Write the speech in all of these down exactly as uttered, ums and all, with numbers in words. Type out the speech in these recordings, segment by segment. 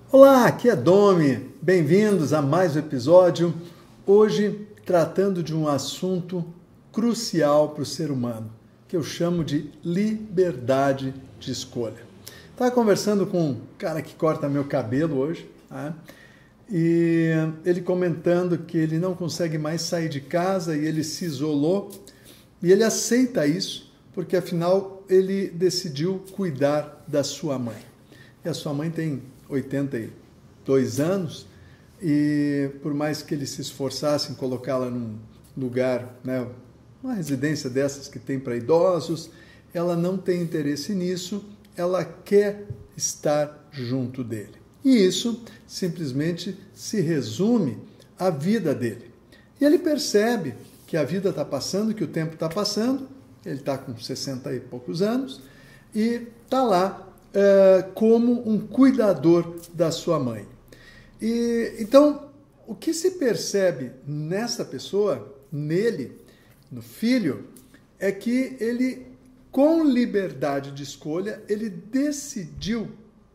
Olá, aqui é Domi, bem-vindos a mais um episódio, hoje tratando de um assunto crucial para o ser humano, que eu chamo de liberdade de escolha. Estava conversando com um cara que corta meu cabelo hoje, né? E ele comentando que ele não consegue mais sair de casa e ele se isolou, e ele aceita isso, porque afinal ele decidiu cuidar da sua mãe. E a sua mãe tem oitenta e dois anos, e por mais que ele se esforçasse em colocá-la num lugar, né, uma residência dessas que tem para idosos, ela não tem interesse nisso, ela quer estar junto dele. E isso simplesmente se resume à vida dele. E ele percebe que a vida está passando, que o tempo está passando, ele está com sessenta e poucos anos, e está lá Uh, como um cuidador da sua mãe. E, então, o que se percebe nessa pessoa, nele, no filho, é que ele, com liberdade de escolha, ele decidiu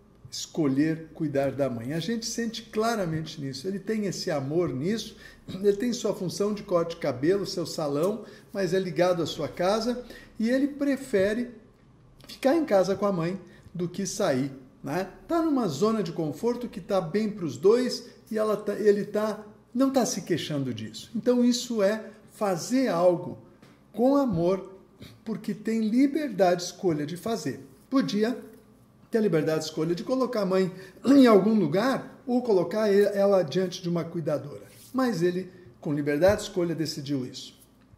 escolher cuidar da mãe. A gente sente claramente nisso. Ele tem esse amor nisso, ele tem sua função de corte de cabelo, seu salão, mas é ligado à sua casa, e ele prefere ficar em casa com a mãe do que sair, né? Tá numa zona de conforto que está bem para os dois e ela tá, ele tá, não está se queixando disso. Então isso é fazer algo com amor, porque tem liberdade de escolha de fazer. Podia ter a liberdade de escolha de colocar a mãe em algum lugar ou colocar ela diante de uma cuidadora. Mas ele, com liberdade de escolha, decidiu isso.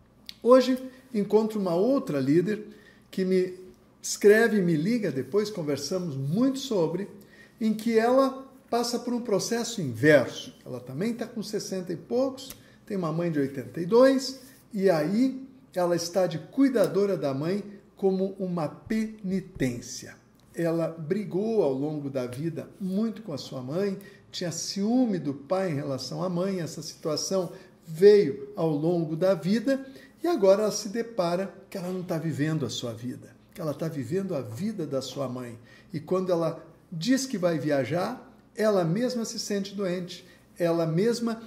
Hoje encontro uma outra líder que me escreve e me liga depois, conversamos muito sobre, em que ela passa por um processo inverso. Ela também está com sessenta e poucos, tem uma mãe de oitenta e dois, e aí ela está de cuidadora da mãe como uma penitência. Ela brigou ao longo da vida muito com a sua mãe, tinha ciúme do pai em relação à mãe, essa situação veio ao longo da vida, e agora ela se depara que ela não está vivendo a sua vida, que ela está vivendo a vida da sua mãe. E quando ela diz que vai viajar, ela mesma se sente doente, ela mesma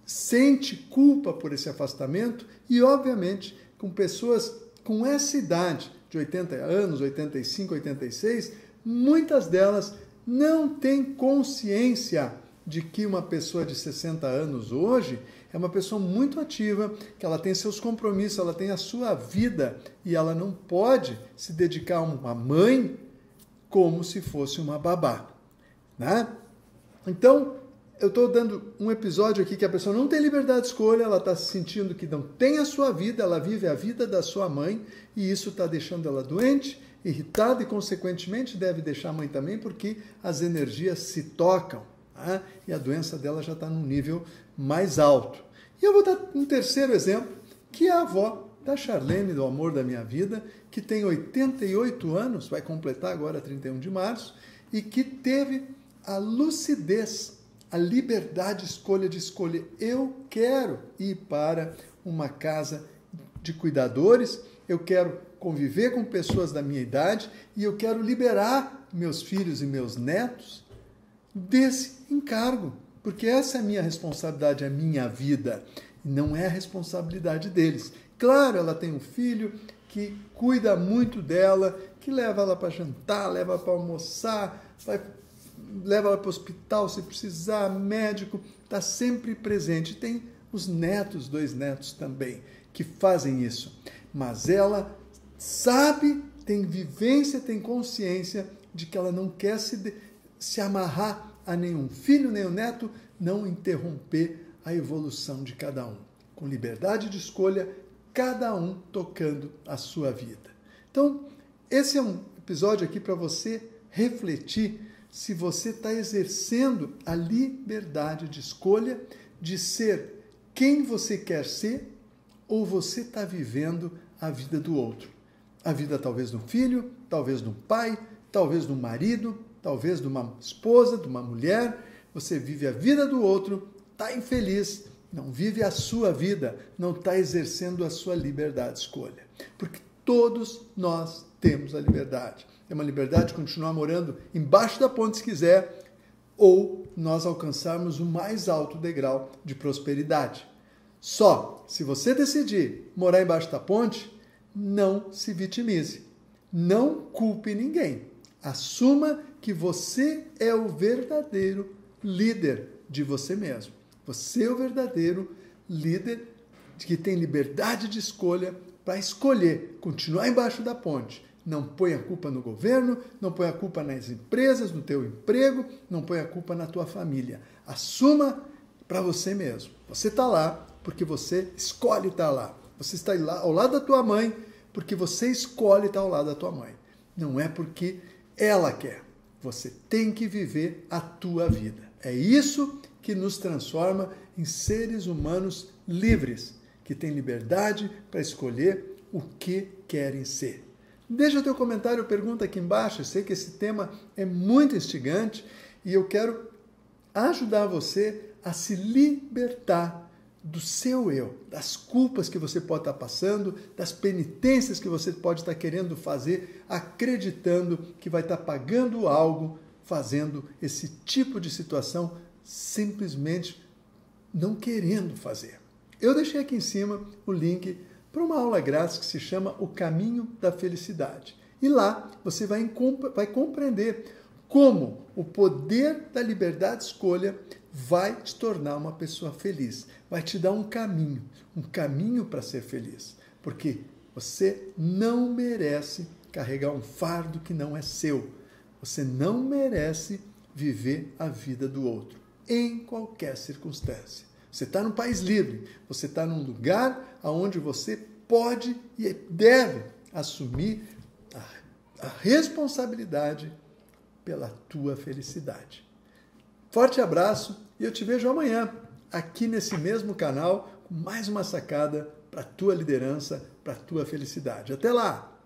sente culpa por esse afastamento e, obviamente, com pessoas com essa idade, de oitenta anos, oitenta e cinco, oitenta e seis, muitas delas não têm consciência de que uma pessoa de sessenta anos hoje é uma pessoa muito ativa, que ela tem seus compromissos, ela tem a sua vida e ela não pode se dedicar a uma mãe como se fosse uma babá, né? Então, eu estou dando um episódio aqui que a pessoa não tem liberdade de escolha, ela está se sentindo que não tem a sua vida, ela vive a vida da sua mãe e isso está deixando ela doente, irritada e, consequentemente, deve deixar a mãe também porque as energias se tocam. Ah, e a doença dela já está num nível mais alto. E eu vou dar um terceiro exemplo, que é a avó da Charlene, do amor da minha vida, que tem oitenta e oito anos, vai completar agora trinta e um de março, e que teve a lucidez, a liberdade de escolha de escolher. Eu quero ir para uma casa de cuidadores, eu quero conviver com pessoas da minha idade e eu quero liberar meus filhos e meus netos desse encargo, porque essa é a minha responsabilidade, a minha vida, não é a responsabilidade deles. Claro, ela tem um filho que cuida muito dela, que leva ela para jantar, leva para almoçar, vai, leva ela para o hospital se precisar, médico, está sempre presente. Tem os netos, dois netos também, que fazem isso. Mas ela sabe, tem vivência, tem consciência de que ela não quer se... De... se amarrar a nenhum filho, nem o neto, não interromper a evolução de cada um. Com liberdade de escolha, cada um tocando a sua vida. Então, esse é um episódio aqui para você refletir se você está exercendo a liberdade de escolha de ser quem você quer ser ou você está vivendo a vida do outro. A vida talvez de um filho, talvez de um pai, talvez de um marido, talvez de uma esposa, de uma mulher, você vive a vida do outro, está infeliz, não vive a sua vida, não está exercendo a sua liberdade de escolha. Porque todos nós temos a liberdade. É uma liberdade de continuar morando embaixo da ponte se quiser, ou nós alcançarmos o mais alto degrau de prosperidade. Só se você decidir morar embaixo da ponte, não se vitimize. Não culpe ninguém. Assuma que você é o verdadeiro líder de você mesmo. Você é o verdadeiro líder que tem liberdade de escolha para escolher continuar embaixo da ponte. Não põe a culpa no governo, não põe a culpa nas empresas, no teu emprego, não põe a culpa na tua família. Assuma para você mesmo. Você está lá porque você escolhe estar lá. Você está lá ao lado da tua mãe porque você escolhe estar ao lado da tua mãe. Não é porque ela quer. Você tem que viver a tua vida. É isso que nos transforma em seres humanos livres, que têm liberdade para escolher o que querem ser. Deixa o teu comentário, pergunta aqui embaixo. Eu sei que esse tema é muito instigante e eu quero ajudar você a se libertar do seu eu, das culpas que você pode estar passando, das penitências que você pode estar querendo fazer, acreditando que vai estar pagando algo, fazendo esse tipo de situação, simplesmente não querendo fazer. Eu deixei aqui em cima o link para uma aula grátis que se chama O Caminho da Felicidade. E lá você vai, vai compreender como o poder da liberdade de escolha vai te tornar uma pessoa feliz, vai te dar um caminho, um caminho para ser feliz, porque você não merece carregar um fardo que não é seu, você não merece viver a vida do outro, em qualquer circunstância. Você está num país livre, você está num lugar onde você pode e deve assumir a, a responsabilidade pela tua felicidade. Forte abraço e eu te vejo amanhã, aqui nesse mesmo canal, com mais uma sacada para a tua liderança, para a tua felicidade. Até lá!